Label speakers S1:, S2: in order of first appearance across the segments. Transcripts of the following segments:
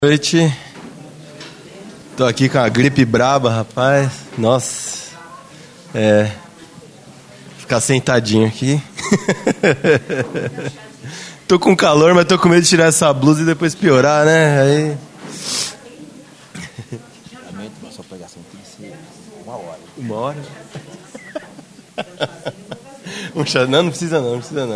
S1: Boa noite. Tô aqui com a gripe braba, rapaz. Nossa. Ficar sentadinho aqui. Tô com calor, mas tô com medo de tirar essa blusa e depois piorar, né? Aí.
S2: Sua pregação tem que ser 1 hora.
S1: 1 hora? Um chá? Não precisa não,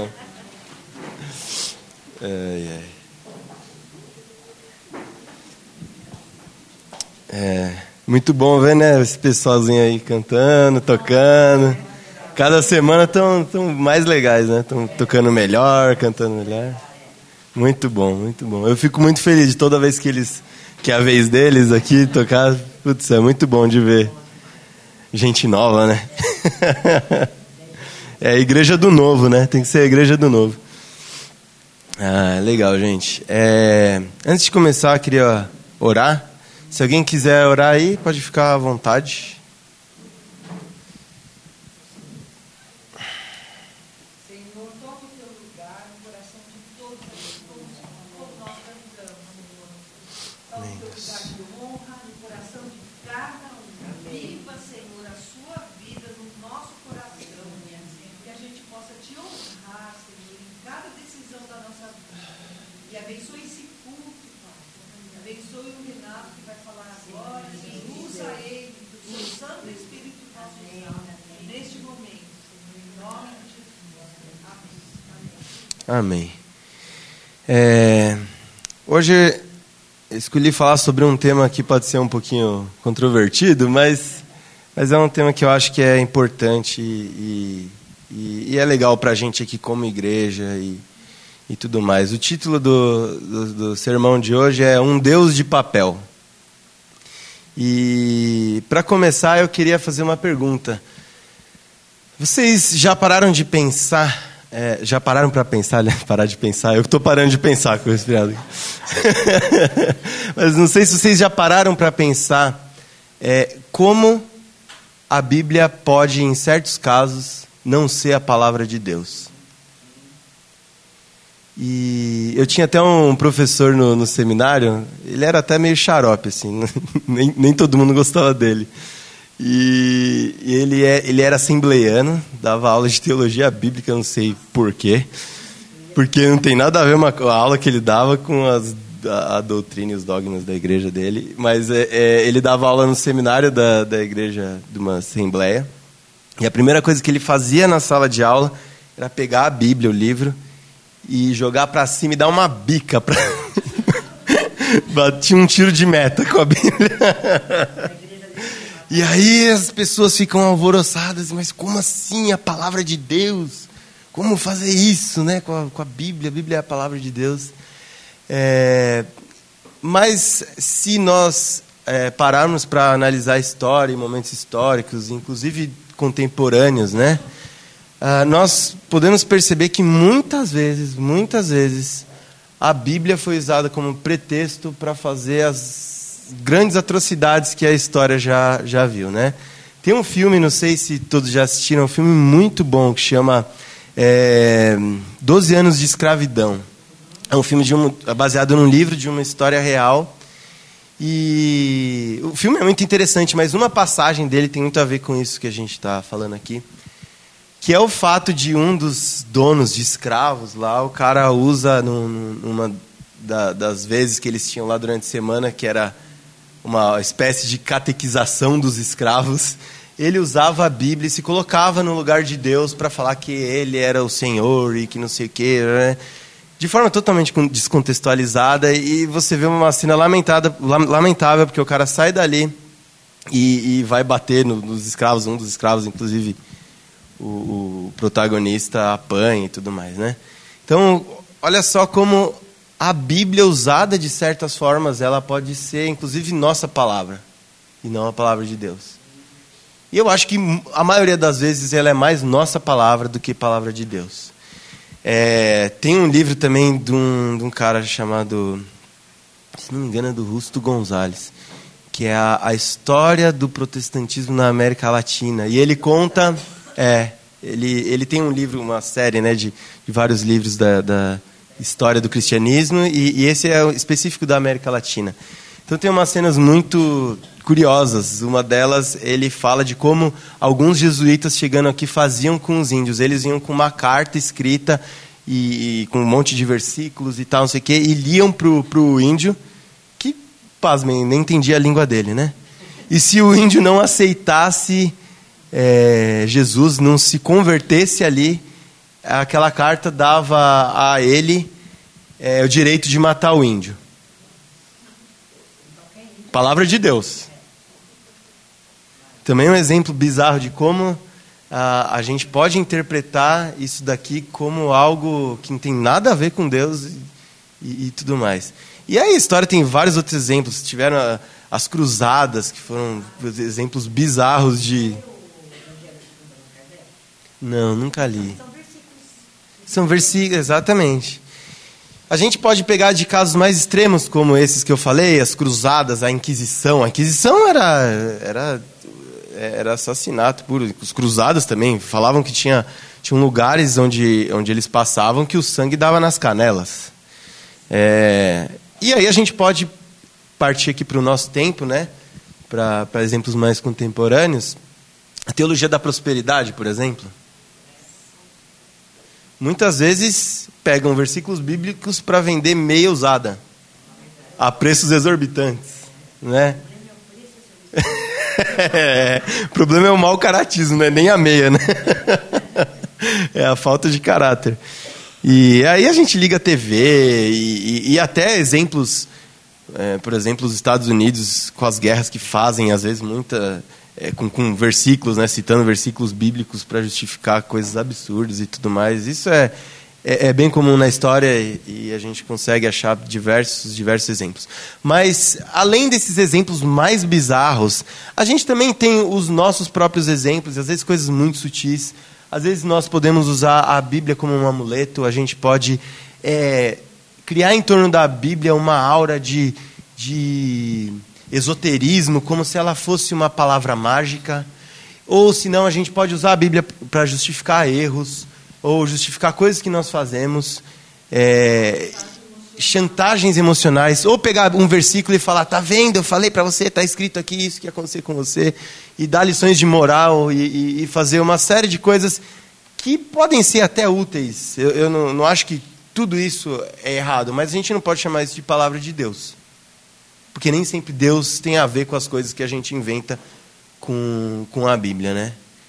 S1: Muito bom ver, né, esse pessoalzinho aí cantando, tocando. Cada semana estão mais legais, né? Estão tocando melhor, cantando melhor. Muito bom, muito bom. Eu fico muito feliz de toda vez que é a vez deles aqui tocar. Putz, é muito bom de ver gente nova, né? É a igreja do novo, né? Tem que ser a igreja do novo. Ah, legal, gente. Antes de começar, eu queria orar. Se alguém quiser orar aí, pode ficar à vontade.
S3: Senhor, toque o teu lugar no coração de todos nós precisamos, Senhor. Toque o teu lugar de honra no coração de cada um. Viva, Senhor, a sua vida no nosso coração, que a gente possa te honrar, Senhor, em cada decisão da nossa vida. E abençoe esse culto, Pai. Abençoe o Renato que vai falar agora, e usa ele, do seu Santo Espírito nosso neste momento, Senhor, em nome de Jesus. Amém.
S1: Hoje eu escolhi falar sobre um tema que pode ser um pouquinho controvertido, mas é um tema que eu acho que é importante e é legal para a gente aqui como igreja e tudo mais. O título do sermão de hoje é Um Deus de Papel. E para começar eu queria fazer uma pergunta. Vocês já pararam de pensar... já pararam para pensar, né? Parar de pensar. Eu estou parando de pensar com o resfriado. Mas não sei se vocês já pararam para pensar como a Bíblia pode, em certos casos, não ser a palavra de Deus. E eu tinha até um professor no seminário, ele era até meio xarope, assim, nem todo mundo gostava dele. E ele era assembleiano, dava aula de teologia bíblica, não sei porquê, porque não tem nada a ver a aula que ele dava com a doutrina e os dogmas da igreja dele, mas ele dava aula no seminário da igreja, de uma assembleia, e a primeira coisa que ele fazia na sala de aula era pegar a Bíblia, o livro, e jogar para cima e dar uma bica. Batia um tiro de meta com a Bíblia. E aí as pessoas ficam alvoroçadas, mas como assim a palavra de Deus? Como fazer isso, né, com a Bíblia? A Bíblia é a palavra de Deus. Mas se nós pararmos para analisar a história e momentos históricos, inclusive contemporâneos, né, nós podemos perceber que muitas vezes, a Bíblia foi usada como pretexto para fazer as grandes atrocidades que a história já viu, né? Tem um filme, não sei se todos já assistiram, um filme muito bom que chama 12 Anos de Escravidão. É um filme baseado num livro de uma história real. E o filme é muito interessante, mas uma passagem dele tem muito a ver com isso que a gente está falando aqui, que é o fato de um dos donos de escravos lá, o cara usa numa das vezes que eles tinham lá durante a semana, que era uma espécie de catequização dos escravos, ele usava a Bíblia e se colocava no lugar de Deus para falar que ele era o Senhor e que não sei o quê, né? De forma totalmente descontextualizada, e você vê uma cena lamentável, porque o cara sai dali e vai bater nos escravos, um dos escravos, inclusive, o protagonista apanha e tudo mais, né? Então, olha só como a Bíblia, usada de certas formas, ela pode ser, inclusive, nossa palavra, e não a palavra de Deus. E eu acho que a maioria das vezes ela é mais nossa palavra do que palavra de Deus. Tem um livro também de um cara chamado, se não me engano, é do Justo Gonzalez, que é a história do protestantismo na América Latina. E ele conta... Ele tem um livro, uma série, né, de vários livros história do cristianismo, e esse é o específico da América Latina. Então tem umas cenas muito curiosas. Uma delas, ele fala de como alguns jesuítas chegando aqui faziam com os índios. Eles iam com uma carta escrita e com um monte de versículos e tal, não sei o quê, e liam pro índio, que, pasmem, nem entendia a língua dele, né? E se o índio não aceitasse Jesus, não se convertesse ali, aquela carta dava a ele o direito de matar o índio. Palavra de Deus. Também um exemplo bizarro de como a gente pode interpretar isso daqui como algo que não tem nada a ver com Deus e tudo mais. E aí a história tem vários outros exemplos. Tiveram as cruzadas, que foram exemplos bizarros de... Não, nunca li. São versículos, exatamente. A gente pode pegar de casos mais extremos, como esses que eu falei, as cruzadas, a Inquisição. A Inquisição era assassinato puro. Os cruzados também falavam que tinham lugares onde eles passavam que o sangue dava nas canelas. E aí a gente pode partir aqui para o nosso tempo, né? Para exemplos mais contemporâneos. A teologia da prosperidade, por exemplo. Muitas vezes pegam versículos bíblicos para vender meia usada a preços exorbitantes, né? O problema é o mau caratismo, não é nem a meia, né? É a falta de caráter. E aí a gente liga a TV e até exemplos, por exemplo, os Estados Unidos com as guerras que fazem, às vezes, com versículos, né, citando versículos bíblicos para justificar coisas absurdas e tudo mais. Isso é bem comum na história e a gente consegue achar diversos exemplos. Mas, além desses exemplos mais bizarros, a gente também tem os nossos próprios exemplos, às vezes coisas muito sutis. Às vezes nós podemos usar a Bíblia como um amuleto, a gente pode criar em torno da Bíblia uma aura de esoterismo, como se ela fosse uma palavra mágica, ou senão a gente pode usar a Bíblia para justificar erros, ou justificar coisas que nós fazemos, chantagens emocionais, ou pegar um versículo e falar, tá vendo, eu falei para você, tá escrito aqui isso que ia acontecer com você, e dar lições de moral, e fazer uma série de coisas que podem ser até úteis. Eu não acho que tudo isso é errado, mas a gente não pode chamar isso de palavra de Deus. Porque nem sempre Deus tem a ver com as coisas que a gente inventa com a Bíblia, né?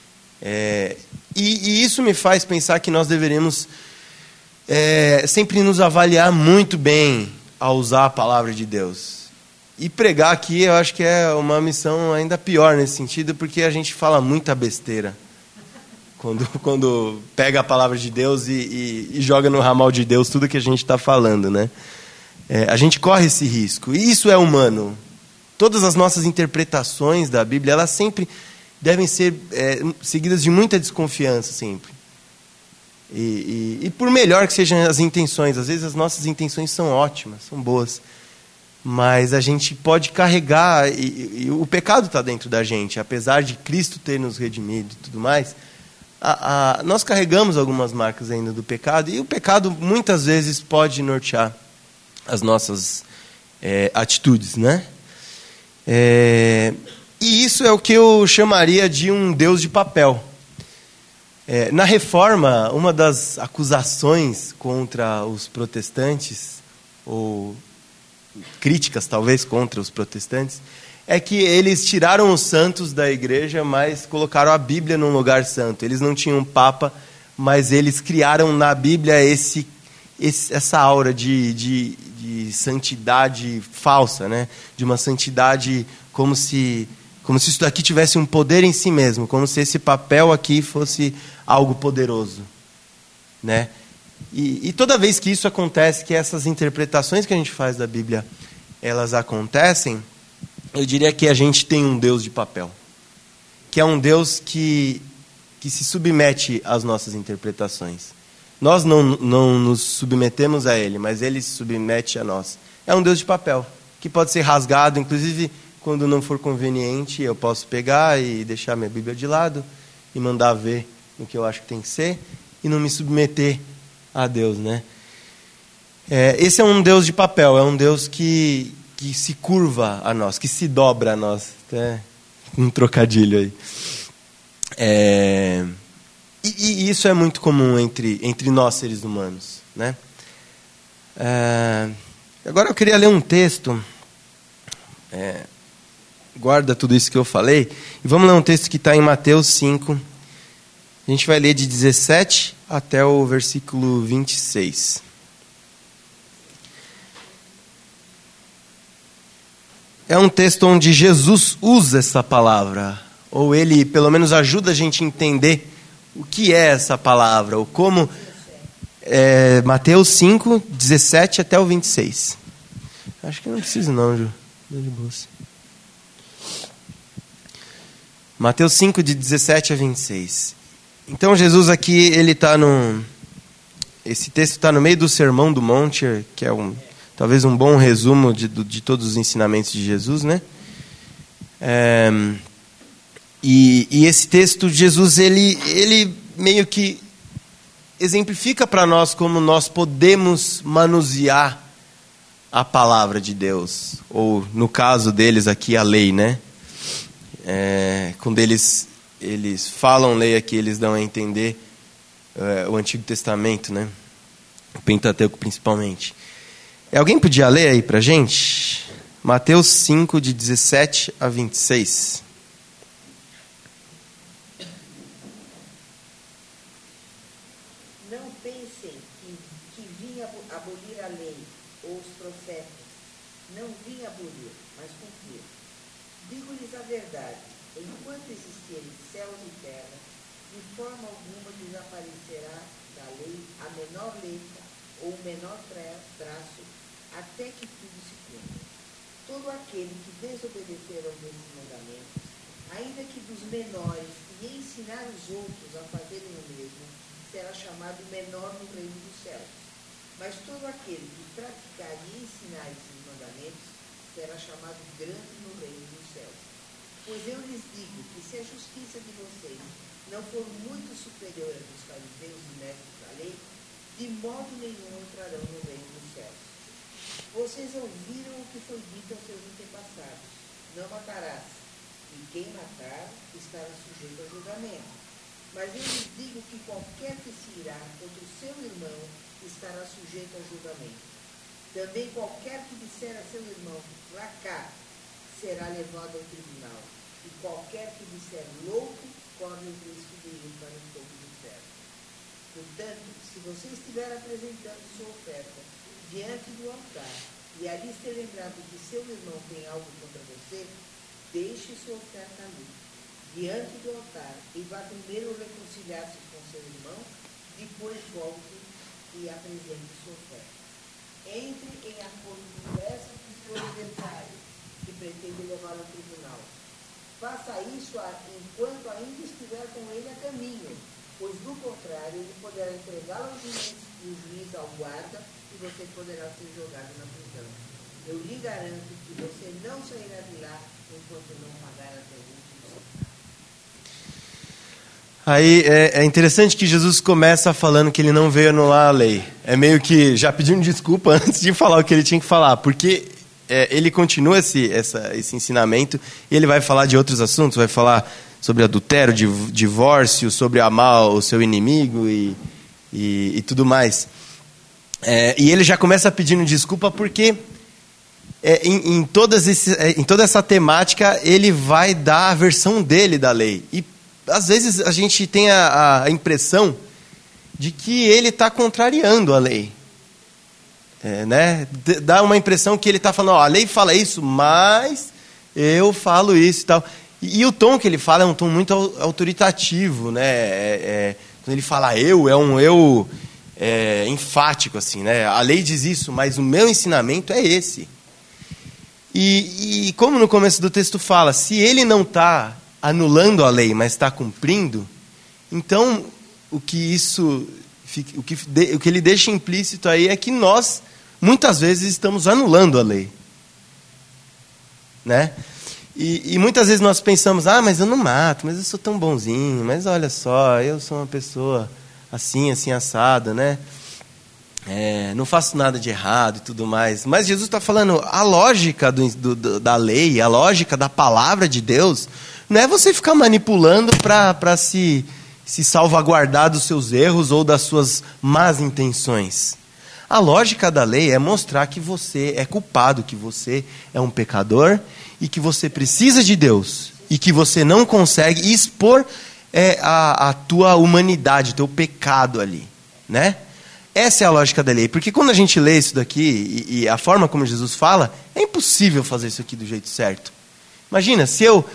S1: E isso me faz pensar que nós deveríamos sempre nos avaliar muito bem ao usar a palavra de Deus. E pregar aqui, eu acho que é uma missão ainda pior nesse sentido, porque a gente fala muita besteira quando pega a palavra de Deus e joga no ramal de Deus tudo que a gente está falando, né? A gente corre esse risco. E isso é humano. Todas as nossas interpretações da Bíblia, elas sempre devem ser seguidas de muita desconfiança, sempre. E por melhor que sejam as intenções, às vezes as nossas intenções são ótimas, são boas, mas a gente pode carregar, e o pecado está dentro da gente, apesar de Cristo ter nos redimido e tudo mais, nós carregamos algumas marcas ainda do pecado, e o pecado muitas vezes pode nortear as nossas atitudes, né? E isso é o que eu chamaria de um Deus de papel. Na Reforma, uma das acusações contra os protestantes, ou críticas talvez contra os protestantes, é que eles tiraram os santos da igreja, mas colocaram a Bíblia num lugar santo. Eles não tinham papa, mas eles criaram na Bíblia essa aura de santidade falsa, né? De uma santidade como se isso daqui tivesse um poder em si mesmo, como se esse papel aqui fosse algo poderoso, né? E toda vez que isso acontece, que essas interpretações que a gente faz da Bíblia, elas acontecem, eu diria que a gente tem um Deus de papel, que é um Deus que se submete às nossas interpretações. Nós não nos submetemos a Ele, mas Ele se submete a nós. É um Deus de papel, que pode ser rasgado, inclusive quando não for conveniente, eu posso pegar e deixar minha Bíblia de lado e mandar ver o que eu acho que tem que ser e não me submeter a Deus, né? Esse é um Deus de papel, é um Deus que se curva a nós, que se dobra a nós. Até um trocadilho aí. E isso é muito comum entre nós, seres humanos, né? Agora eu queria ler um texto, guarda tudo isso que eu falei, e vamos ler um texto que está em Mateus 5, a gente vai ler de 17 até o versículo 26. É um texto onde Jesus usa essa palavra, ou ele pelo menos ajuda a gente a entender o que é essa palavra, ou como... Mateus 5, 17 até o 26. Acho que não precisa não, Ju. Mateus 5, de 17 a 26. Então Jesus aqui, ele está esse texto está no meio do Sermão do Monte, que é talvez um bom resumo de todos os ensinamentos de Jesus, né? E esse texto de Jesus, ele meio que exemplifica para nós como nós podemos manusear a palavra de Deus, ou no caso deles aqui a lei, né? Quando eles falam lei aqui, eles dão a entender o Antigo Testamento, né? O Pentateuco principalmente. Alguém podia ler aí para a gente? Mateus 5, de 17 a 26.
S4: Todo aquele que desobedecer aos meus mandamentos, ainda que dos menores, e ensinar os outros a fazerem o mesmo, será chamado menor no reino dos céus. Mas todo aquele que praticar e ensinar esses mandamentos, será chamado grande no reino dos céus. Pois eu lhes digo que se a justiça de vocês não for muito superior à dos fariseus e mestres da lei, de modo nenhum entrarão no reino dos céus. Vocês ouviram o que foi dito aos seus antepassados: não matarás, e quem matar estará sujeito a julgamento. Mas eu lhes digo que qualquer que se irá contra o seu irmão estará sujeito a julgamento. Também qualquer que disser a seu irmão, vá cá, será levado ao tribunal. E qualquer que disser louco, corre o risco de ir para o fogo do inferno. Portanto, se você estiver apresentando sua oferta diante do altar, e ali ser lembrado que seu irmão tem algo contra você, deixe sua oferta ali, diante do altar, e vá primeiro reconciliar-se com seu irmão, depois volte e apresente sua oferta. Entre em acordo com essa pessoa adversária que pretende levá-lo ao tribunal. Faça isso enquanto ainda estiver com ele a caminho, pois do contrário ele poderá entregá-lo ao juiz, ao guarda, e você poderá ser jogado na prisão. Eu lhe garanto que você não sairá de lá enquanto não pagar até o último.
S1: Aí é interessante que Jesus começa falando que ele não veio anular a lei. É meio que já pedindo desculpa antes de falar o que ele tinha que falar, porque ele continua esse ensinamento e ele vai falar de outros assuntos, vai falar sobre adultério, divórcio, sobre amar o seu inimigo e tudo mais. E ele já começa pedindo desculpa porque em toda essa temática ele vai dar a versão dele da lei. E às vezes a gente tem a impressão de que ele está contrariando a lei. Né? Dá uma impressão que ele está falando, a lei fala isso, mas eu falo isso e tal. E o tom que ele fala é um tom muito autoritativo, né? Quando ele fala eu, é um eu enfático, assim, né? A lei diz isso, mas o meu ensinamento é esse. E como no começo do texto fala, se ele não está anulando a lei, mas está cumprindo, então o que ele deixa implícito aí é que nós, muitas vezes, estamos anulando a lei. Né? E muitas vezes nós pensamos, mas eu não mato, mas eu sou tão bonzinho, mas olha só, eu sou uma pessoa assim, assim, assada, né? não faço nada de errado e tudo mais. Mas Jesus está falando, a lógica da lei, a lógica da palavra de Deus, não é você ficar manipulando para se salvaguardar dos seus erros ou das suas más intenções. A lógica da lei é mostrar que você é culpado, que você é um pecador e que você precisa de Deus e que você não consegue expor a tua humanidade, o teu pecado ali, né? Essa é a lógica da lei, porque quando a gente lê isso daqui e a forma como Jesus fala, é impossível fazer isso aqui do jeito certo. Imagina, se eu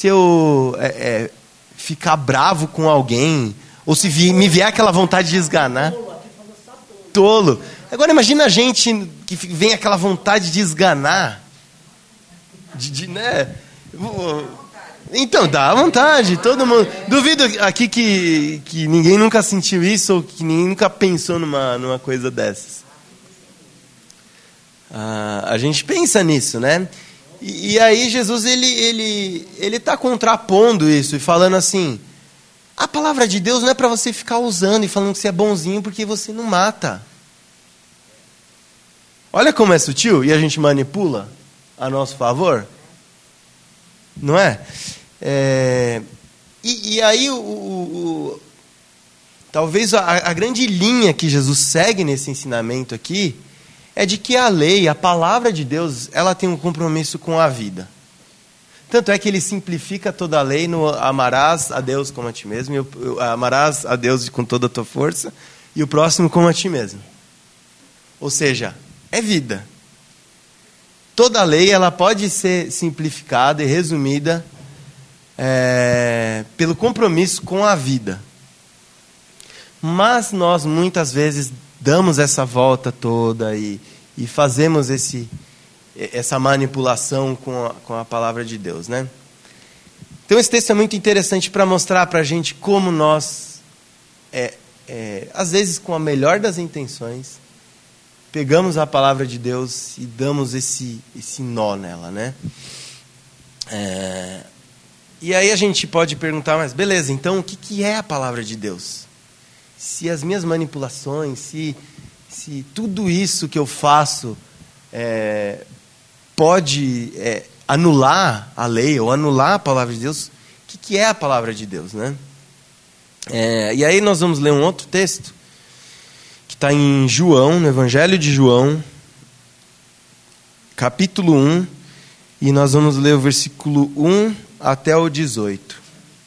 S1: ficar bravo com alguém, ou se me vier aquela vontade de esganar, tolo. Agora imagina a gente que vem aquela vontade de esganar, né? Então, dá vontade, todo mundo. Duvido aqui que ninguém nunca sentiu isso ou que ninguém nunca pensou numa coisa dessas. A gente pensa nisso, né? E aí Jesus, ele está contrapondo isso e falando assim, a palavra de Deus não é para você ficar usando e falando que você é bonzinho porque você não mata. Olha como é sutil e a gente manipula a nosso favor. Não é? E aí, talvez a grande linha que Jesus segue nesse ensinamento aqui é de que a lei, a palavra de Deus, ela tem um compromisso com a vida. Tanto é que ele simplifica toda a lei no amarás a Deus como a ti mesmo, amarás a Deus com toda a tua força e o próximo como a ti mesmo. Ou seja, é vida. Toda a lei ela pode ser simplificada e resumida pelo compromisso com a vida. Mas nós muitas vezes damos essa volta toda e fazemos essa manipulação com a palavra de Deus, né? Então esse texto é muito interessante para mostrar para a gente como nós, às vezes com a melhor das intenções, pegamos a palavra de Deus e damos esse nó nela, né? E aí a gente pode perguntar, mas beleza, então o que é a palavra de Deus? Se as minhas manipulações, se tudo isso que eu faço pode anular a lei ou anular a palavra de Deus, o que é a palavra de Deus, né? E aí nós vamos ler um outro texto, que está em João, no Evangelho de João, capítulo 1, e nós vamos ler o versículo 1 até o 18.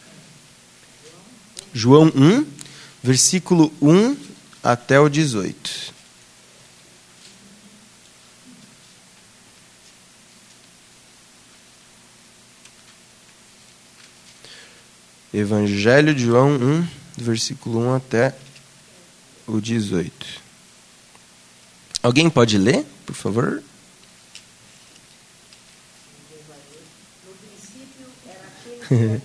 S1: João 1, versículo 1 até o 18. Evangelho de João 1, versículo 1 até o 18. Alguém pode ler, por favor?
S4: No princípio era aquele que é a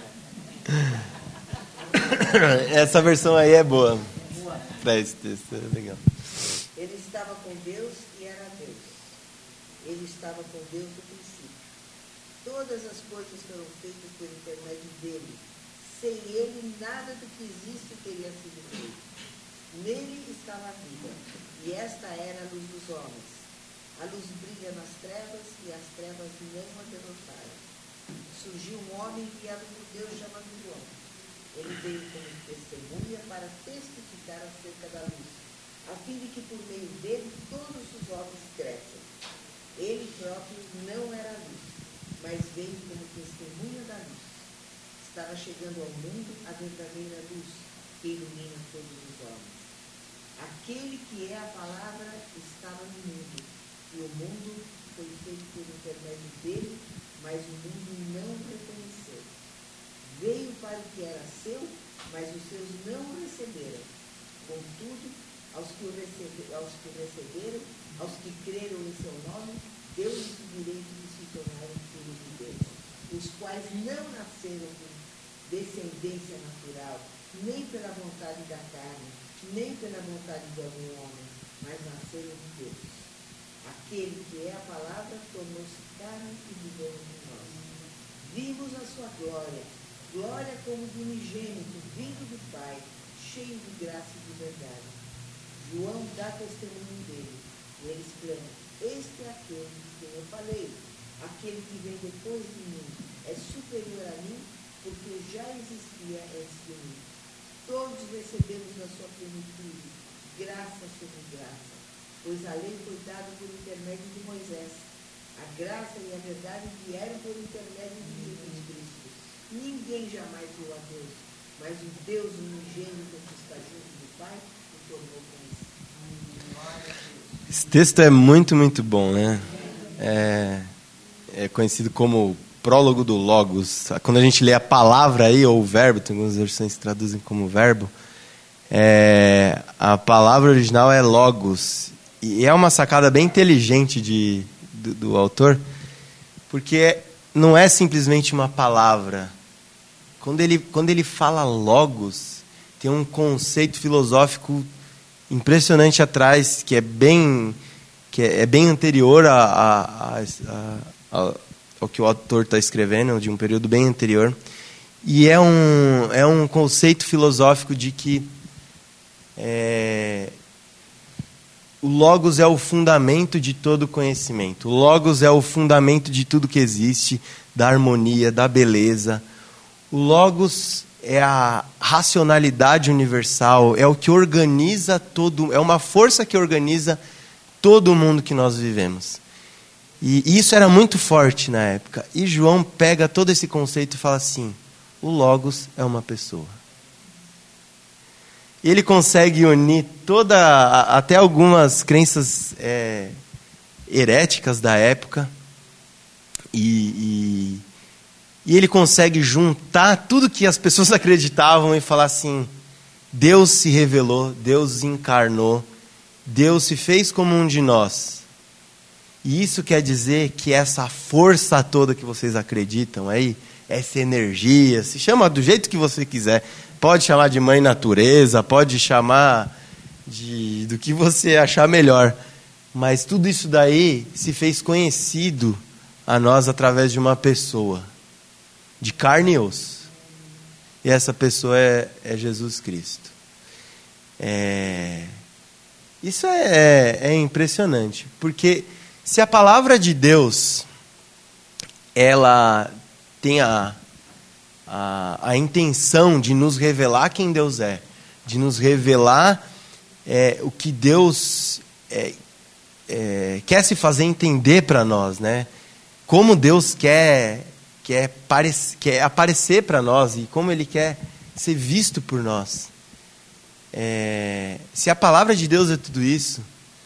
S4: palavra.
S1: Essa versão aí é boa. Esse texto é legal.
S4: Ele estava com Deus e era Deus. Ele estava com Deus no princípio. Todas as coisas foram feitas por intermédio dele. Sem ele, nada do que existe teria sido feito. Nele estava a vida, e esta era a luz dos homens. A luz brilha nas trevas, e as trevas não a derrotaram. Surgiu um homem enviado por Deus chamado João. Ele veio como testemunha para testificar acerca da luz, a fim de que por meio dele todos os homens cresçam. Ele próprio não era a luz, mas veio como testemunha da luz. Estava chegando ao mundo a verdadeira luz, que ilumina todos os homens. Aquele que é a palavra estava no mundo, e o mundo foi feito por intermédio dele, mas o mundo não o reconheceu. Veio para o que era seu, mas os seus não o receberam. Contudo, aos que receberam, aos que creram em seu nome, deu-lhes o direito de se tornarem filhos de Deus, os quais não nasceram por descendência natural, nem pela vontade da carne, nem pela vontade de algum homem, mas nasceram de Deus. Aquele que é a palavra tornou-se carne e viveu entre nós. Vimos a sua glória, glória como do unigênito, vindo do Pai, cheio de graça e de verdade. João dá testemunho dele, e ele exclama: este é aquele de quem eu falei. Aquele que vem depois de mim é superior a mim, porque já existia antes de mim. Todos recebemos na sua plenitude graça sobre graça, pois a lei foi dada por intermédio de Moisés. A graça e a verdade vieram por intermédio de Jesus Cristo. Ninguém jamais viu a Deus, mas o Deus unigênito que está junto do Pai o tornou conhecido.
S1: Esse texto é muito, muito bom, né? É conhecido como prólogo do Logos. Quando a gente lê a palavra aí, ou o verbo, tem algumas versões que traduzem como verbo, a palavra original é Logos. E é uma sacada bem inteligente do autor, porque não é simplesmente uma palavra. Quando ele fala Logos, tem um conceito filosófico impressionante atrás, que é bem anterior ao que o autor está escrevendo, de um período bem anterior. E é um conceito filosófico de que o Logos é o fundamento de todo conhecimento. O Logos é o fundamento de tudo que existe, da harmonia, da beleza. O Logos é a racionalidade universal, é o que organiza é uma força que organiza todo o mundo que nós vivemos. E isso era muito forte na época. E João pega todo esse conceito e fala assim: o Logos é uma pessoa. Ele consegue unir até algumas crenças heréticas da época, e ele consegue juntar tudo que as pessoas acreditavam e falar assim: Deus se revelou, Deus encarnou, Deus se fez como um de nós. E isso quer dizer que essa força toda que vocês acreditam aí, essa energia, se chama do jeito que você quiser, pode chamar de mãe natureza, pode chamar do que você achar melhor, mas tudo isso daí se fez conhecido a nós através de uma pessoa, de carne e osso. E essa pessoa é Jesus Cristo. Isso é impressionante, porque se a palavra de Deus ela tem a intenção de nos revelar quem Deus é, de nos revelar o que Deus quer se fazer entender para nós, né? Como Deus quer aparecer para nós e como Ele quer ser visto por nós. Se a palavra de Deus é tudo isso,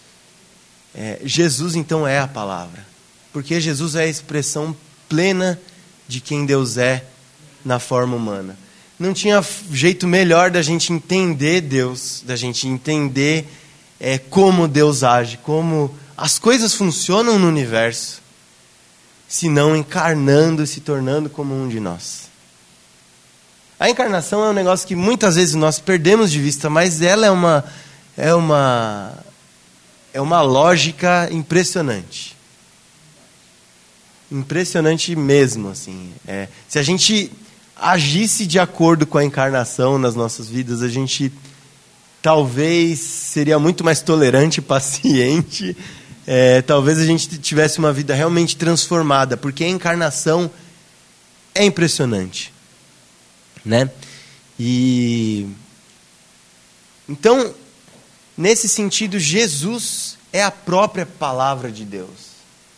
S1: Jesus então é a palavra, porque Jesus é a expressão plena de quem Deus é na forma humana. Não tinha jeito melhor da gente entender Deus, da gente entender como Deus age, como as coisas funcionam no universo, se não encarnando e se tornando como um de nós. A encarnação é um negócio que muitas vezes nós perdemos de vista, mas ela é uma lógica impressionante. Impressionante mesmo, assim. Se a gente agisse de acordo com a encarnação nas nossas vidas, a gente talvez seria muito mais tolerante e paciente. Talvez a gente tivesse uma vida realmente transformada, porque a encarnação é impressionante, né? Então, nesse sentido, Jesus é a própria palavra de Deus.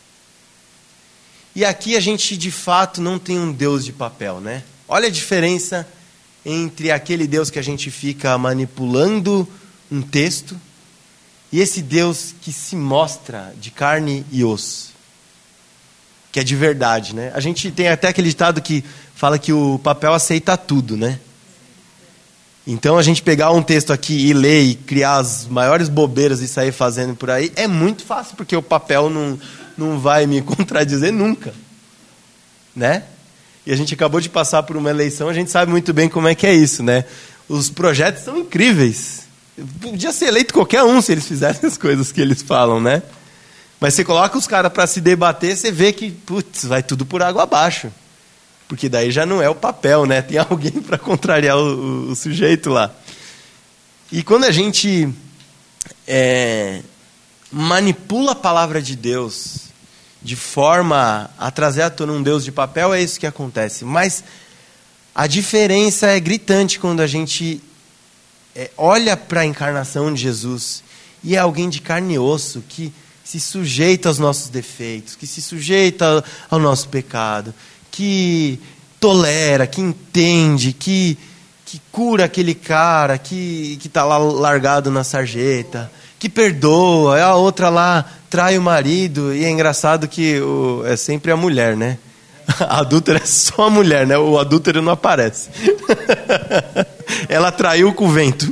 S1: E aqui a gente, de fato, não tem um Deus de papel, né? Olha a diferença entre aquele Deus que a gente fica manipulando um texto e esse Deus que se mostra de carne e osso, que é de verdade, né? A gente tem até aquele ditado que fala que o papel aceita tudo, né? Então a gente pegar um texto aqui e ler e criar as maiores bobeiras e sair fazendo por aí é muito fácil, porque o papel não vai me contradizer nunca, né? E a gente acabou de passar por uma eleição, a gente sabe muito bem como é que é isso, né? Os projetos são incríveis. Podia ser eleito qualquer um se eles fizessem as coisas que eles falam, né? Mas você coloca os caras para se debater, você vê que, putz, vai tudo por água abaixo. Porque daí já não é o papel, né? Tem alguém para contrariar o sujeito lá. E quando a gente manipula a palavra de Deus de forma a trazer à tona um Deus de papel, é isso que acontece. Mas a diferença é gritante quando a gente olha para a encarnação de Jesus e é alguém de carne e osso que se sujeita aos nossos defeitos, que se sujeita ao nosso pecado, que tolera, que entende, que cura aquele cara que está lá largado na sarjeta, que perdoa. A outra lá trai o marido, e é engraçado que é sempre a mulher, né? A adúltera é só a mulher, né? O adúltero não aparece. Ela traiu com o vento.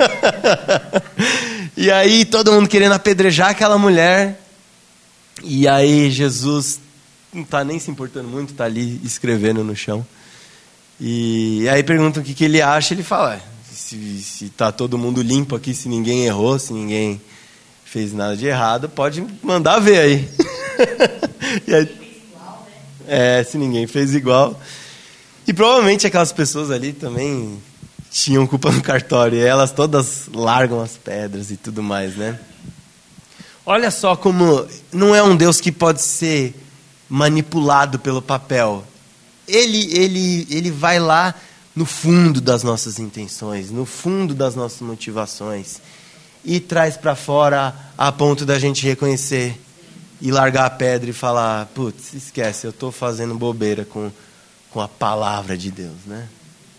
S1: E aí todo mundo querendo apedrejar aquela mulher. E aí Jesus não está nem se importando muito, está ali escrevendo no chão. E aí perguntam o que ele acha, ele fala, se tá todo mundo limpo aqui, se ninguém errou, se ninguém fez nada de errado, pode mandar ver aí. E aí se ninguém fez igual. E provavelmente aquelas pessoas ali também tinham culpa no cartório, e elas todas largam as pedras e tudo mais, né? Olha só como não é um Deus que pode ser manipulado pelo papel. Ele vai lá no fundo das nossas intenções, no fundo das nossas motivações, e traz para fora a ponto da gente reconhecer e largar a pedra e falar, putz, esquece, eu estou fazendo bobeira com a palavra de Deus, né?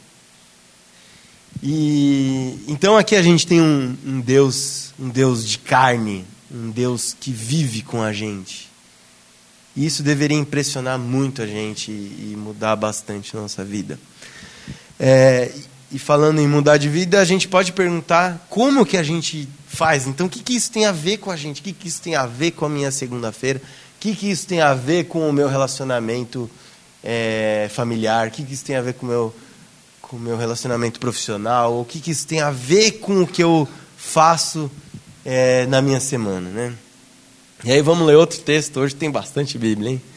S1: E então aqui a gente tem um Deus de carne, um Deus que vive com a gente. E isso deveria impressionar muito a gente e mudar bastante a nossa vida. E falando em mudar de vida, a gente pode perguntar como que a gente faz. Então, o que isso tem a ver com a gente? O que isso tem a ver com a minha segunda-feira? O que isso tem a ver com o meu relacionamento familiar? O que isso tem a ver com o meu relacionamento profissional? O que isso tem a ver com o que eu faço na minha semana, né? E aí vamos ler outro texto. Hoje tem bastante Bíblia, hein?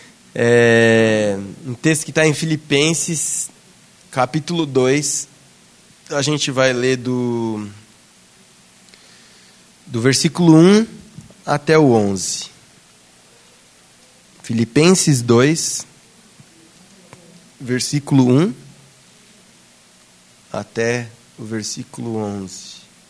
S1: Um texto que está em Filipenses, capítulo 2. A gente vai ler do versículo 1 até o 11. Filipenses 2, versículo 1 até o versículo 11.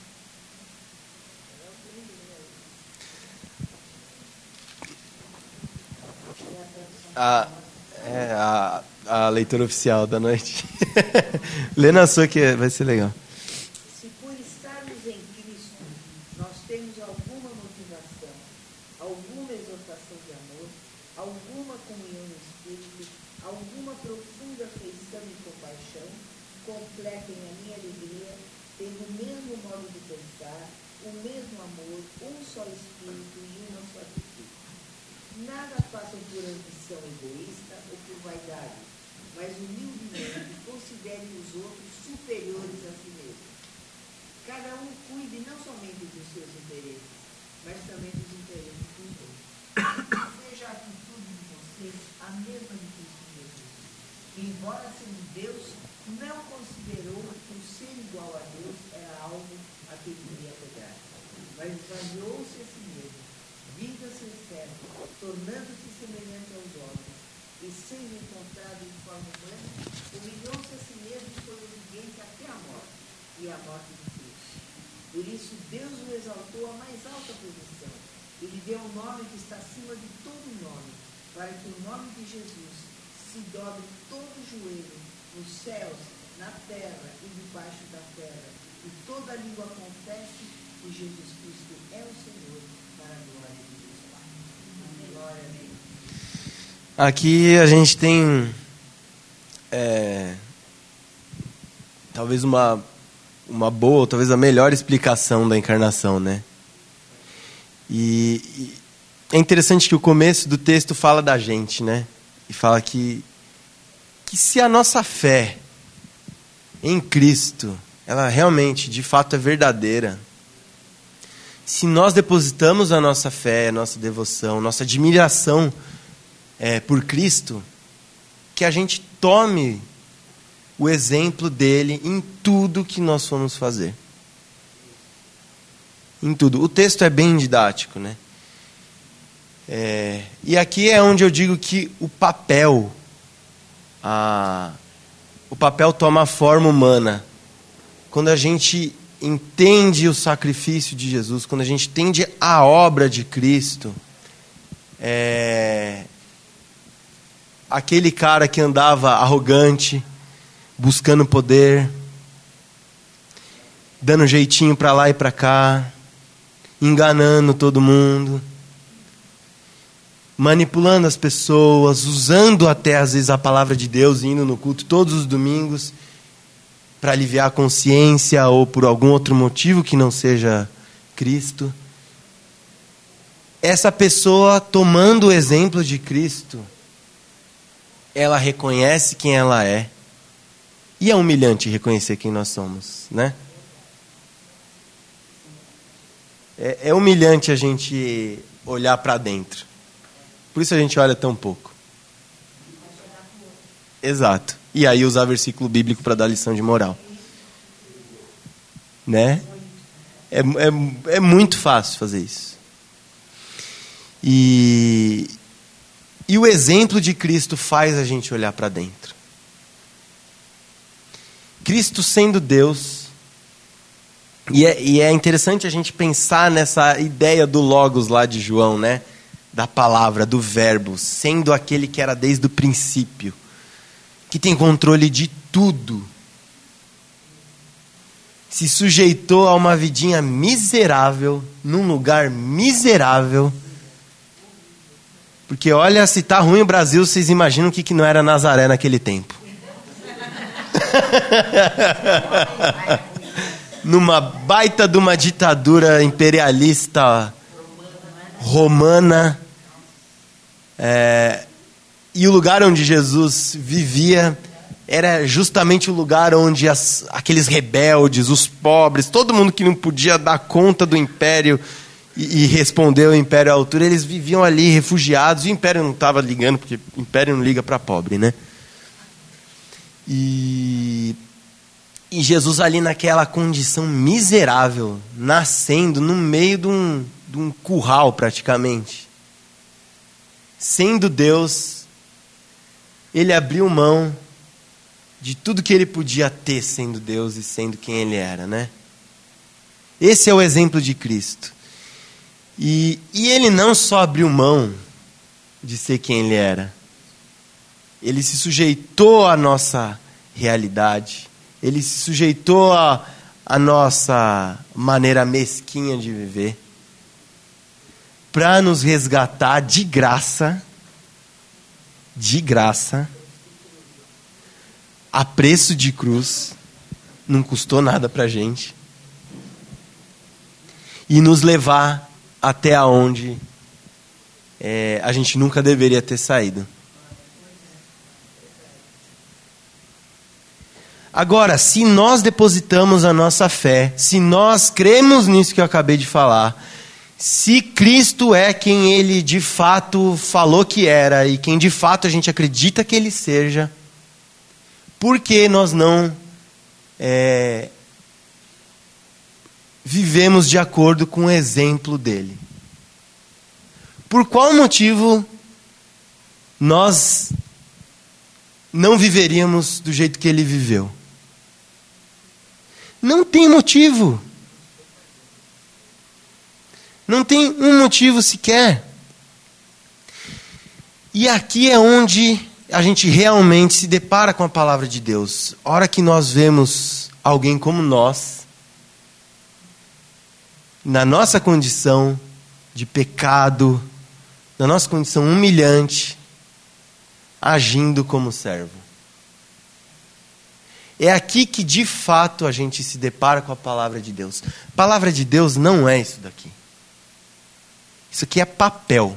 S1: A leitura oficial da noite. Lê na sua que vai ser legal.
S4: Se por estarmos em Cristo, nós temos alguma motivação, alguma exortação de amor, alguma comunhão no Espírito, alguma profunda afeição e compaixão, completem a minha alegria, tendo o mesmo modo de pensar, o mesmo amor, um só Espírito e uma só atitude. Nada façam por ambição egoísta ou por vaidade, mas humildemente considerem os outros superiores a si mesmos. Cada um cuide não somente dos seus interesses, mas também dos interesses dos outros. Seja a atitude de vocês a mesma de Cristo Jesus, que, embora sendo Deus, não considerou que o ser igual a Deus era algo a que devia pegar, mas esvaziou-se a si mesmo, vindo a ser servo, tornando-se semelhante aos homens, e sendo encontrado em forma humana, humilhou-se a si mesmo e foi obediente até a morte, e a morte de Cristo. Por isso Deus o exaltou à mais alta posição, e lhe deu um nome que está acima de todo nome, para que o nome de Jesus se dobre todo o joelho, nos céus, na terra e debaixo da terra, e toda língua confesse que Jesus Cristo é o Senhor, para a glória de Deus Pai. Glória a Deus.
S1: Aqui a gente tem talvez uma boa, talvez a melhor explicação da encarnação, né? E é interessante que o começo do texto fala da gente, né? E fala que se a nossa fé em Cristo, ela realmente, de fato, é verdadeira, se nós depositamos a nossa fé, a nossa devoção, nossa admiração por Cristo, que a gente tome o exemplo dele em tudo que nós formos fazer. em tudo. O texto é bem didático, né? E aqui é onde eu digo que o papel toma a forma humana. Quando a gente entende o sacrifício de Jesus, quando a gente entende a obra de Cristo, aquele cara que andava arrogante, buscando poder, dando jeitinho para lá e para cá, enganando todo mundo, manipulando as pessoas, usando até às vezes a palavra de Deus, indo no culto todos os domingos para aliviar a consciência ou por algum outro motivo que não seja Cristo. Essa pessoa, tomando o exemplo de Cristo, ela reconhece quem ela é. E é humilhante reconhecer quem nós somos, né? É humilhante a gente olhar para dentro. Por isso a gente olha tão pouco. Exato. E aí usar versículo bíblico para dar lição de moral. Né? É muito fácil fazer isso. E o exemplo de Cristo faz a gente olhar para dentro. Cristo sendo Deus, e é interessante a gente pensar nessa ideia do Logos lá de João, né? Da palavra, do verbo, sendo aquele que era desde o princípio, que tem controle de tudo, se sujeitou a uma vidinha miserável, num lugar miserável, porque olha, se tá ruim o Brasil, vocês imaginam o que não era Nazaré naquele tempo. Numa baita de uma ditadura imperialista romana, e o lugar onde Jesus vivia era justamente o lugar onde aqueles rebeldes, os pobres, todo mundo que não podia dar conta do império e responder ao império à altura, eles viviam ali refugiados, e o império não estava ligando, porque o império não liga para pobre, né? E Jesus ali naquela condição miserável, nascendo no meio de um curral praticamente. Sendo Deus, ele abriu mão de tudo que ele podia ter sendo Deus e sendo quem ele era, né? Esse é o exemplo de Cristo. E ele não só abriu mão de ser quem ele era. Ele se sujeitou à nossa realidade. Ele se sujeitou à nossa maneira mesquinha de viver, para nos resgatar de graça, a preço de cruz, não custou nada para a gente, e nos levar até onde a gente nunca deveria ter saído. Agora, se nós depositamos a nossa fé, se nós cremos nisso que eu acabei de falar, se Cristo é quem ele de fato falou que era e quem de fato a gente acredita que ele seja, por que nós não vivemos de acordo com o exemplo dele? Por qual motivo nós não viveríamos do jeito que ele viveu? Não tem motivo. Não tem um motivo sequer. E aqui é onde a gente realmente se depara com a palavra de Deus. A hora que nós vemos alguém como nós, na nossa condição de pecado, na nossa condição humilhante, agindo como servo. É aqui que de fato a gente se depara com a palavra de Deus. A palavra de Deus não é isso daqui. Isso aqui é papel.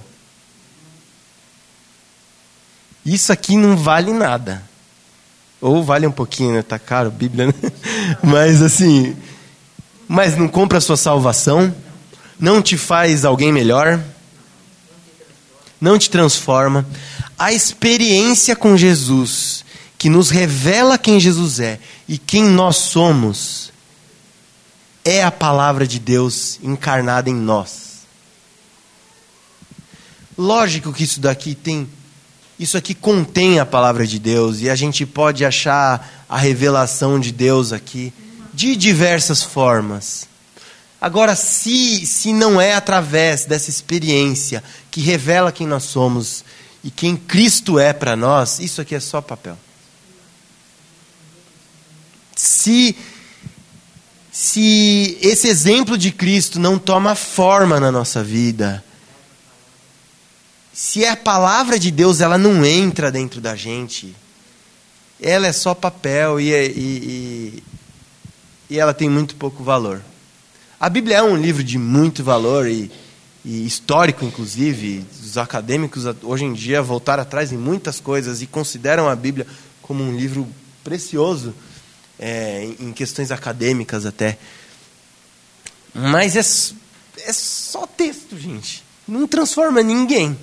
S1: Isso aqui não vale nada. Ou vale um pouquinho, né? Tá caro a Bíblia, né? Mas assim, mas não compra a sua salvação, não te faz alguém melhor, não te transforma. A experiência com Jesus, que nos revela quem Jesus é e quem nós somos, é a palavra de Deus encarnada em nós. Lógico que isso aqui contém a palavra de Deus, e a gente pode achar a revelação de Deus aqui de diversas formas. Agora, se não é através dessa experiência que revela quem nós somos e quem Cristo é para nós, isso aqui é só papel. Se esse exemplo de Cristo não toma forma na nossa vida, se a palavra de Deus ela não entra dentro da gente, ela é só papel e ela tem muito pouco valor. A Bíblia é um livro de muito valor e histórico, inclusive. Os acadêmicos hoje em dia voltaram atrás em muitas coisas e consideram a Bíblia como um livro precioso, em questões acadêmicas até. Mas é só texto, gente. Não transforma ninguém.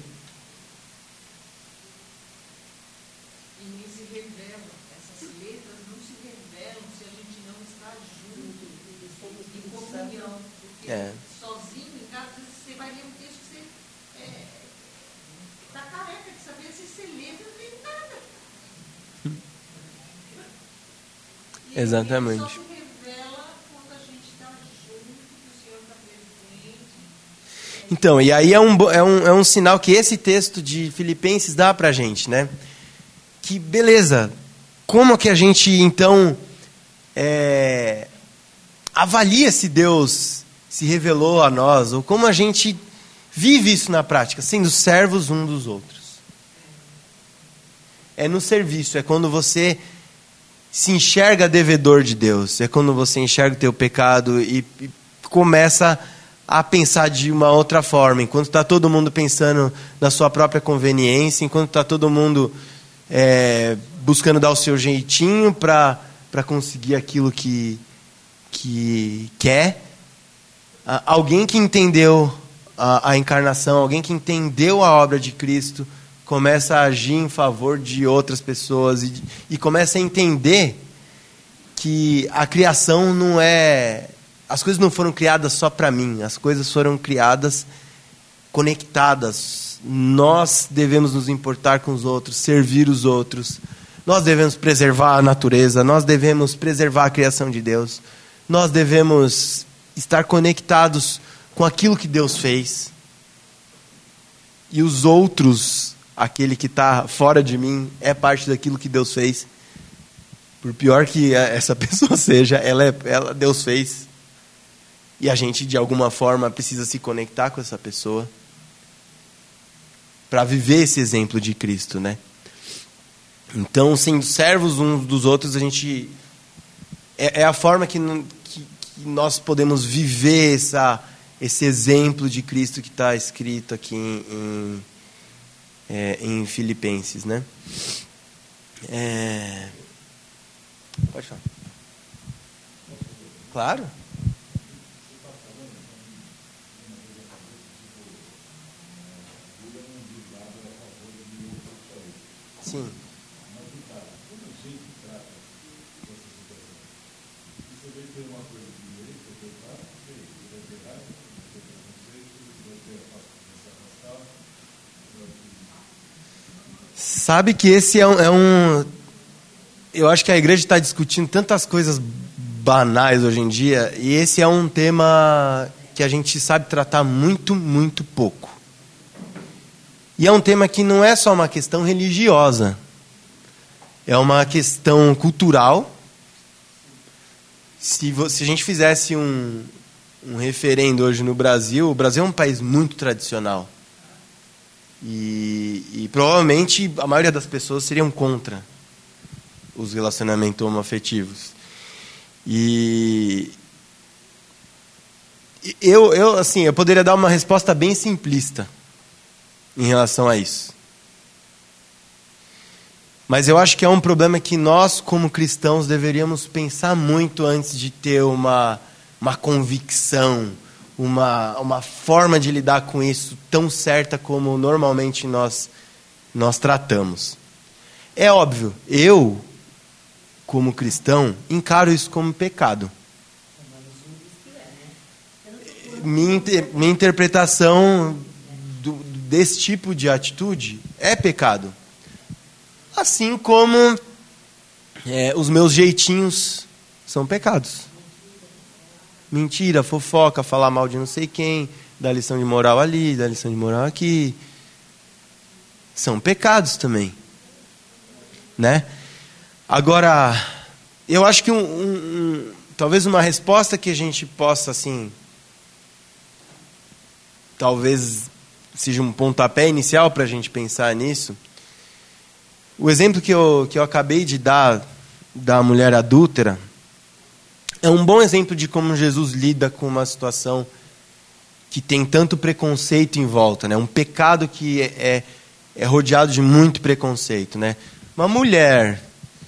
S3: Sozinho em casa, você vai ler um texto que você está careca de saber se você lê, não tem nada.
S1: Exatamente.
S3: Só se revela quando a gente está junto, que o Senhor está presente.
S1: Então, e aí é um sinal que esse texto de Filipenses dá para a gente, né? Que beleza, como que a gente então avalia se Deus se revelou a nós, ou como a gente vive isso na prática, sendo servos um dos outros. É no serviço, é quando você se enxerga devedor de Deus, é quando você enxerga o teu pecado e começa a pensar de uma outra forma, enquanto está todo mundo pensando na sua própria conveniência, enquanto está todo mundo buscando dar o seu jeitinho para conseguir aquilo que quer. Alguém que entendeu a encarnação, alguém que entendeu a obra de Cristo, começa a agir em favor de outras pessoas e começa a entender que a criação não é... As coisas não foram criadas só para mim, as coisas foram criadas conectadas. Nós devemos nos importar com os outros, servir os outros. Nós devemos preservar a natureza, nós devemos preservar a criação de Deus. Nós devemos estar conectados com aquilo que Deus fez. E os outros, aquele que está fora de mim, é parte daquilo que Deus fez. Por pior que essa pessoa seja, Deus fez. E a gente, de alguma forma, precisa se conectar com essa pessoa para viver esse exemplo de Cristo, né? Então, sendo servos uns dos outros, a gente... É a forma que nós podemos viver esse exemplo de Cristo que está escrito aqui em Filipenses, né? Pode falar. Claro. Sim. Sabe que esse é um... Eu acho que a igreja está discutindo tantas coisas banais hoje em dia, e esse é um tema que a gente sabe tratar muito, muito pouco. E é um tema que não é só uma questão religiosa, é uma questão cultural. Se a gente fizesse um referendo hoje no Brasil, o Brasil é um país muito tradicional. E provavelmente a maioria das pessoas seriam contra os relacionamentos homoafetivos. E eu poderia dar uma resposta bem simplista em relação a isso. Mas eu acho que é um problema que nós, como cristãos, deveríamos pensar muito antes de ter uma convicção, uma forma de lidar com isso tão certa como normalmente nós tratamos. É óbvio, eu, como cristão, encaro isso como pecado. minha interpretação desse tipo de atitude é pecado. Assim como os meus jeitinhos são pecados. Mentira, fofoca, falar mal de não sei quem, dar lição de moral ali, dar lição de moral aqui. São pecados também. Né? Agora, eu acho que talvez uma resposta que a gente possa, assim, talvez seja um pontapé inicial para a gente pensar nisso. O exemplo que eu acabei de dar da mulher adúltera é um bom exemplo de como Jesus lida com uma situação que tem tanto preconceito em volta, né? Um pecado que é rodeado de muito preconceito, né? Uma mulher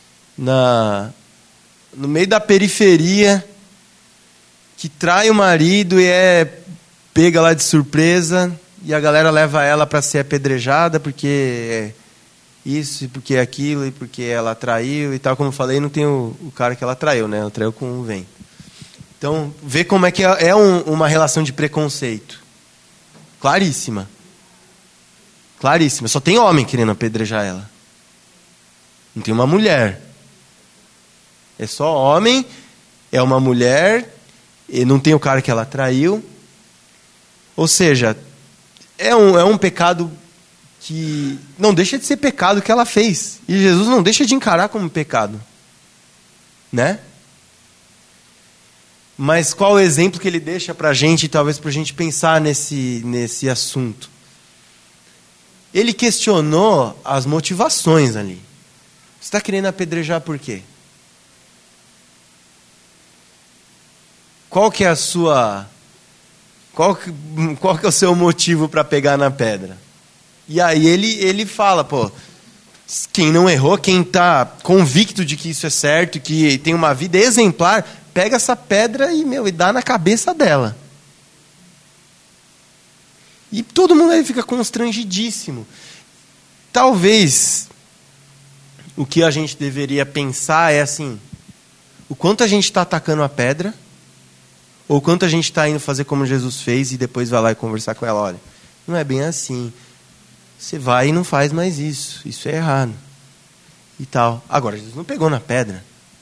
S1: no meio da periferia que trai o marido e é pega lá de surpresa e a galera leva ela para ser apedrejada porque isso e porque aquilo e porque ela traiu e tal. Como eu falei, não tem o cara que ela traiu, né? Ela traiu com um vem. Então, vê como é que uma relação de preconceito. Claríssima. Claríssima. Só tem homem querendo apedrejar ela. Não tem uma mulher. É só homem, é uma mulher, e não tem o cara que ela traiu. Ou seja, é um pecado que não deixa de ser pecado que ela fez. E Jesus não deixa de encarar como pecado. Né? Mas qual o exemplo que ele deixa para a gente, talvez para a gente pensar nesse assunto? Ele questionou as motivações ali. Você está querendo apedrejar por quê? Qual que é a sua... Qual que é o seu motivo para pegar na pedra? E aí ele fala, pô, quem não errou, quem está convicto de que isso é certo, que tem uma vida exemplar, pega essa pedra e dá na cabeça dela. E todo mundo aí fica constrangidíssimo. Talvez o que a gente deveria pensar é assim, o quanto a gente está atacando a pedra, ou o quanto a gente está indo fazer como Jesus fez e depois vai lá e conversar com ela. Olha, não é bem assim. Você vai e não faz mais isso. Isso é errado. E tal. Agora, Jesus não pegou na pedra.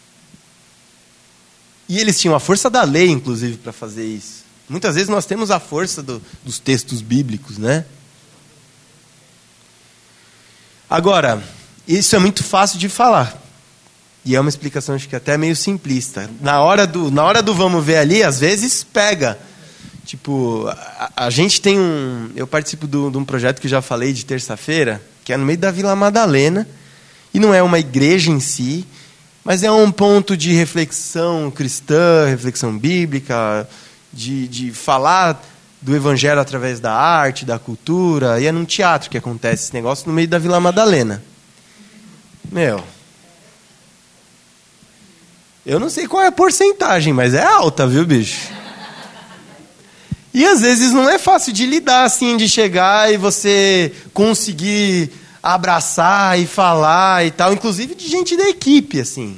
S1: E eles tinham a força da lei, inclusive, para fazer isso. Muitas vezes nós temos a força dos textos bíblicos, né? Agora, isso é muito fácil de falar. E é uma explicação, acho que até meio simplista. Na hora do vamos ver ali, às vezes pega. Tipo, a gente tem eu participo de um projeto que já falei de terça-feira, que é no meio da Vila Madalena, e não é uma igreja em si, mas é um ponto de reflexão cristã, reflexão bíblica, de falar do evangelho através da arte, da cultura, e é num teatro que acontece esse negócio no meio da Vila Madalena. Eu não sei qual é a porcentagem, mas é alta, viu, bicho? E às vezes não é fácil de lidar, assim, de chegar e você conseguir abraçar e falar e tal, inclusive de gente da equipe, assim.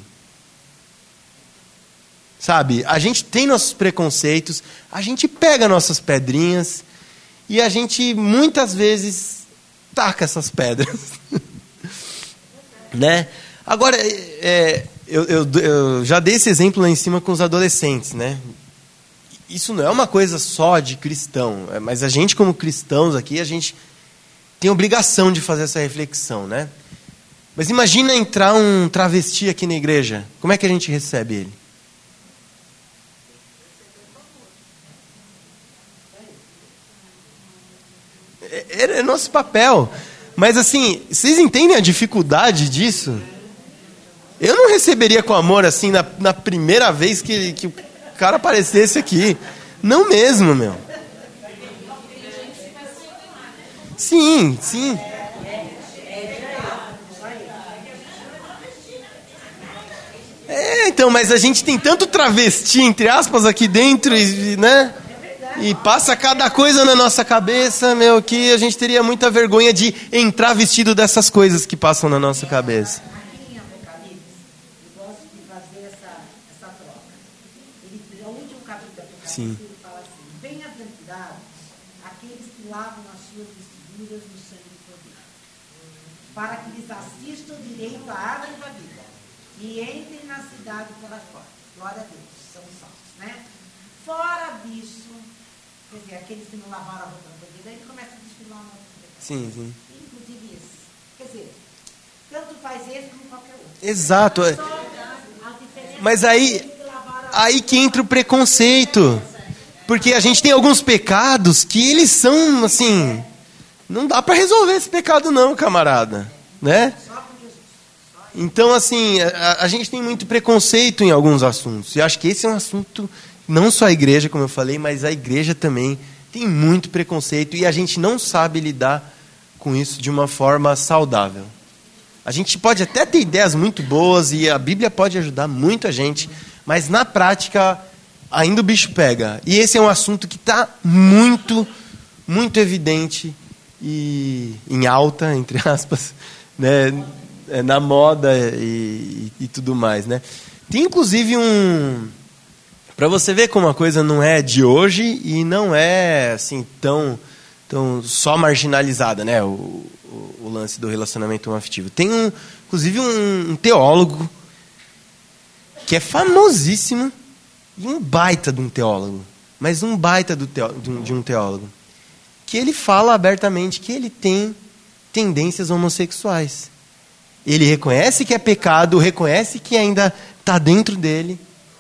S1: Sabe? A gente tem nossos preconceitos, a gente pega nossas pedrinhas e a gente muitas vezes taca essas pedras. Né? Agora, eu já dei esse exemplo lá em cima com os adolescentes, né? Isso não é uma coisa só de cristão, mas a gente como cristãos aqui, a gente tem obrigação de fazer essa reflexão, né? Mas imagina entrar um travesti aqui na igreja, como é que a gente recebe ele? É nosso papel. Mas assim, vocês entendem a dificuldade disso? Eu não receberia com amor assim na primeira vez que o cara aparecesse aqui. Não mesmo, meu. Sim, sim. Então, mas a gente tem tanto travesti, entre aspas, aqui dentro, né? E passa cada coisa na nossa cabeça, meu, que a gente teria muita vergonha de entrar vestido dessas coisas que passam na nossa cabeça.
S4: Aqui em Apocalipse, eu gosto de fazer essa troca. No último capítulo do Apocalipse, ele fala assim: bem-aventurado
S3: Fiquei com a árvore da vida. E entrem na cidade pela porta. Glória a Deus, são salvos, né? Fora disso, quer dizer, aqueles que não lavaram a roupa no banheiro, aí ele começa a desfilar uma outra.
S1: Sim, sim.
S3: Inclusive esse. Quer dizer, tanto faz esse como qualquer outro.
S1: Exato.
S3: Só a diferença
S1: Mas
S3: é
S1: aí
S3: que lavaram a
S1: Aí que entra o preconceito. Porque a gente tem alguns pecados que eles são, assim... Não dá para resolver esse pecado não, camarada. Né?
S3: só com Jesus.
S1: Então, assim, a gente tem muito preconceito em alguns assuntos. E acho que esse é um assunto, não só a igreja, como eu falei, mas a igreja também tem muito preconceito. E a gente não sabe lidar com isso de uma forma saudável. A gente pode até ter ideias muito boas e a Bíblia pode ajudar muito a gente, mas na prática ainda o bicho pega. E esse é um assunto que está muito, muito evidente e em alta, entre aspas, né, na moda e tudo mais. Né? Tem inclusive para você ver como a coisa não é de hoje e não é assim tão só marginalizada, né? O lance do relacionamento afetivo. Tem inclusive um teólogo que é famosíssimo e um baita de um teólogo, mas um baita de um teólogo, que ele fala abertamente que ele tem tendências homossexuais. Ele reconhece que é pecado, reconhece que ainda está dentro dele.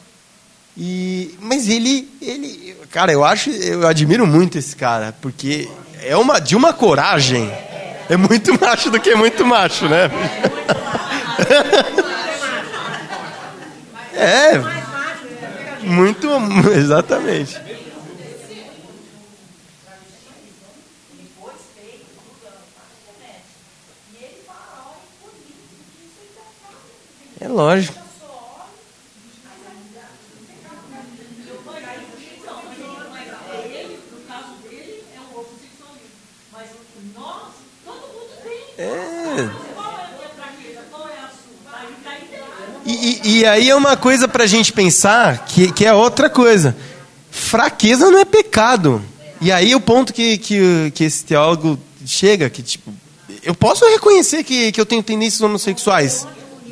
S1: Mas ele, cara, eu admiro muito esse cara, porque é de uma coragem. É muito macho do que muito macho, né? Muito, exatamente. É lógico. E aí é uma coisa pra gente pensar que é outra coisa. Fraqueza não é pecado. E aí o ponto que esse teólogo chega, que tipo, eu posso reconhecer que eu tenho tendências homossexuais.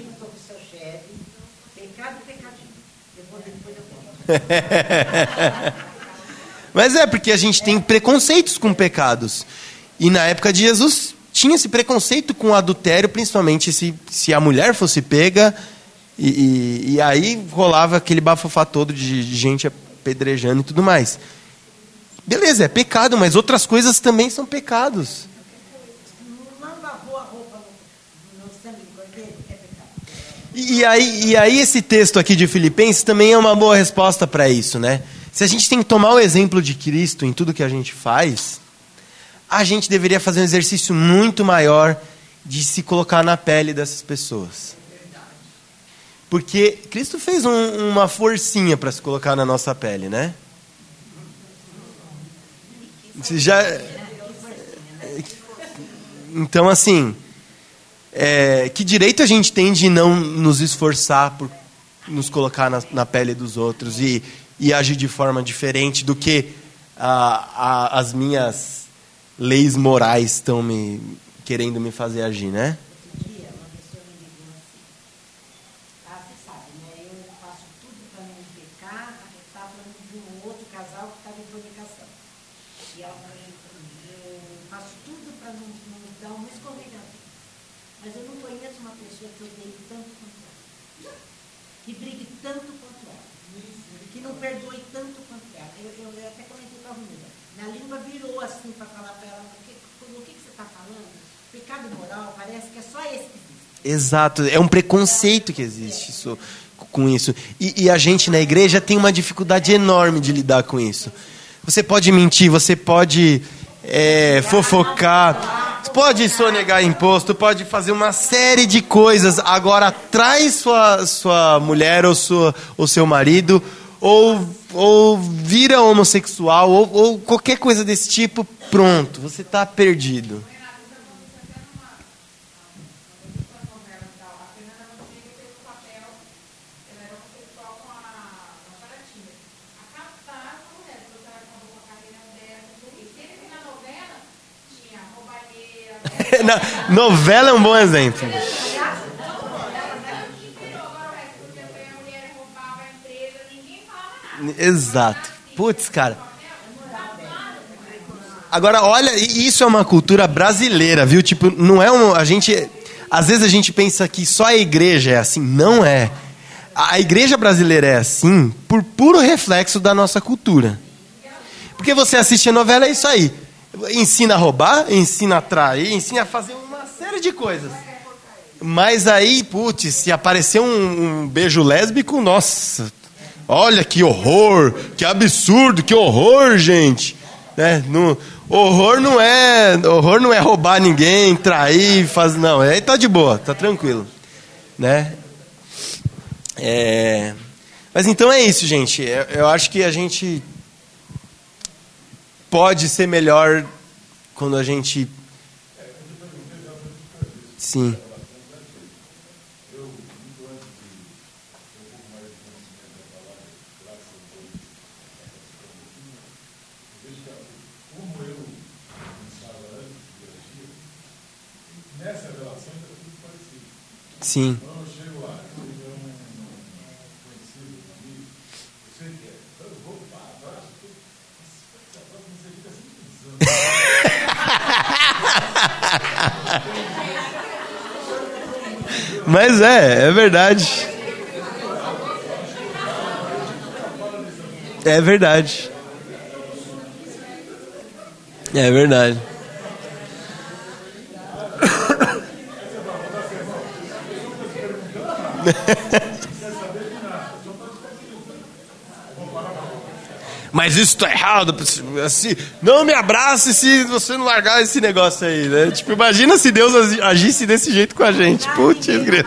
S1: Mas porque a gente tem preconceitos com pecados. E na época de Jesus tinha esse preconceito com o adultério, principalmente se a mulher fosse pega. E aí rolava aquele bafafá todo de gente apedrejando e tudo mais. Beleza, é pecado, mas outras coisas também são pecados.
S3: Não lavou a roupa no sangue do cordeiro, é pecado.
S1: E aí esse texto aqui de Filipenses também é uma boa resposta para isso, né? Se a gente tem que tomar o exemplo de Cristo em tudo que a gente faz, a gente deveria fazer um exercício muito maior de se colocar na pele dessas pessoas. Porque Cristo fez uma forcinha para se colocar na nossa pele, né? Então, assim, que direito a gente tem de não nos esforçar por nos colocar na pele dos outros e agir de forma diferente do que as minhas leis morais estão querendo me fazer agir, né?
S3: Mas eu não conheço uma pessoa que odeie tanto quanto ela, que brigue tanto quanto ela, que não perdoe tanto quanto ela. Eu até comentei com a Romilda. Minha língua virou assim para falar para ela, o que você está falando? Pecado moral, parece que é só esse que existe.
S1: Exato, é um preconceito que existe com isso. E a gente na igreja tem uma dificuldade enorme de lidar com isso. Você pode mentir, você pode fofocar... Pode sonegar imposto, pode fazer uma série de coisas. Agora traz sua mulher ou seu marido, ou vira homossexual, ou qualquer coisa desse tipo, pronto, você está perdido. Novela é um bom exemplo. Exato. Putz, cara. Agora, olha, isso é uma cultura brasileira, viu? Tipo, não é a gente... Às vezes a gente pensa que só a igreja é assim. Não é. A igreja brasileira é assim por puro reflexo da nossa cultura. Porque você assiste a novela, é isso aí. Ensina a roubar, ensina a trair, ensina a fazer uma série de coisas. Mas aí, putz, se aparecer um beijo lésbico, nossa, olha que horror, que absurdo, que horror, gente. Né? Horror não é roubar ninguém, trair, fazer, não, aí tá de boa, tá tranquilo, né? Mas então é isso, gente. Eu acho que a gente pode ser melhor quando a gente... Sim. Sim. Mas é verdade. É verdade. É verdade. Mas isso tá errado. Assim, não me abrace se você não largar esse negócio aí, né? Tipo, imagina se Deus agisse desse jeito com a gente. Putz, grilo.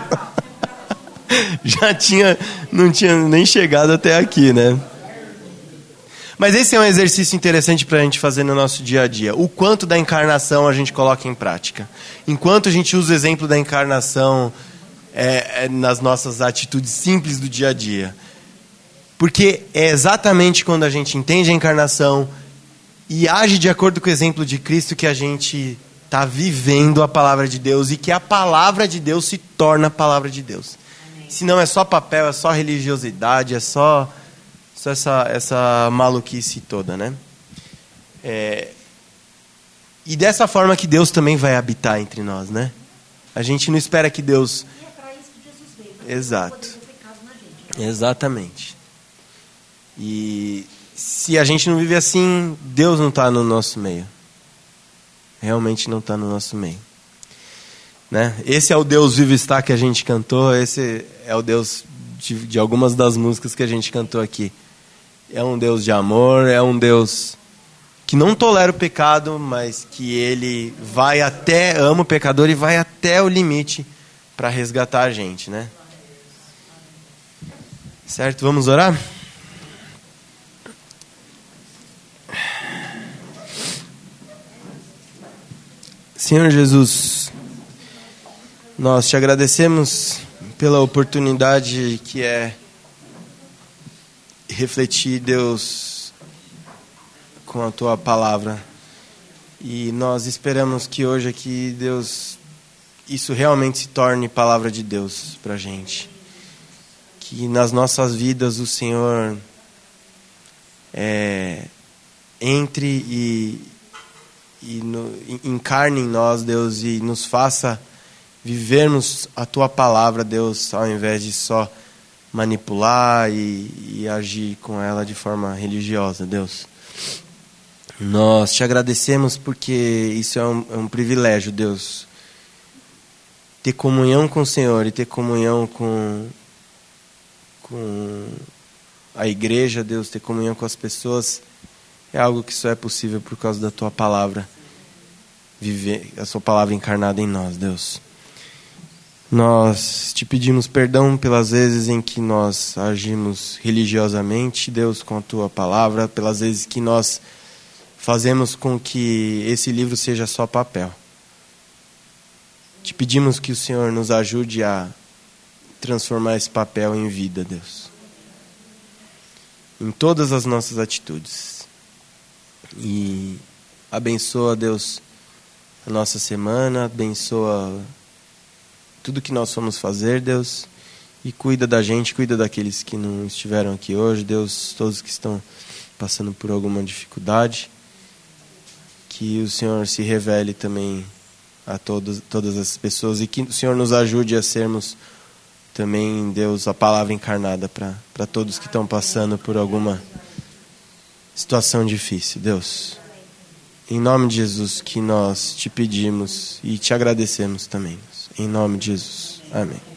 S1: Não tinha nem chegado até aqui, né? Mas esse é um exercício interessante para a gente fazer no nosso dia a dia. O quanto da encarnação a gente coloca em prática. Enquanto a gente usa o exemplo da encarnação nas nossas atitudes simples do dia a dia. Porque é exatamente quando a gente entende a encarnação e age de acordo com o exemplo de Cristo que a gente está vivendo a palavra de Deus e que a palavra de Deus se torna a palavra de Deus. Se não é só papel, é só religiosidade, é só essa maluquice toda, né? E dessa forma que Deus também vai habitar entre nós, né? A gente não espera que Deus...
S3: E é para isso que Jesus veio.
S1: Exato.
S3: Para o pecado na gente.
S1: Exatamente. E se a gente não vive assim, Deus não está no nosso meio. Realmente não está no nosso meio. Né? Esse é o Deus vivo está que a gente cantou. Esse é o Deus de algumas das músicas que a gente cantou aqui. É um Deus de amor, é um Deus que não tolera o pecado, mas que Ele ama o pecador e vai até o limite para resgatar a gente, né? Certo? Vamos orar? Senhor Jesus, nós te agradecemos pela oportunidade que é refletir, Deus, com a tua palavra. E nós esperamos que hoje aqui, Deus, isso realmente se torne palavra de Deus para a gente. Que nas nossas vidas o Senhor entre e encarne em nós, Deus, e nos faça vivermos a tua palavra, Deus, ao invés de só manipular e agir com ela de forma religiosa, Deus. Nós te agradecemos porque isso é um privilégio, Deus. Ter comunhão com o Senhor e ter comunhão com a igreja, Deus, ter comunhão com as pessoas é algo que só é possível por causa da tua palavra. Viver a sua palavra encarnada em nós, Deus. Nós te pedimos perdão pelas vezes em que nós agimos religiosamente, Deus, com a tua palavra, pelas vezes que nós fazemos com que esse livro seja só papel. Te pedimos que o Senhor nos ajude a transformar esse papel em vida, Deus. Em todas as nossas atitudes. E abençoa, Deus, a nossa semana, abençoa tudo que nós vamos fazer, Deus, E cuida da gente, cuida daqueles que não estiveram aqui hoje. Deus, todos que estão passando por alguma dificuldade. Que o Senhor se revele também a todas as pessoas. E que o Senhor nos ajude a sermos também, Deus, a palavra encarnada para todos que estão passando por alguma situação difícil. Deus, em nome de Jesus que nós te pedimos e te agradecemos também. Em nome de Jesus. Amém.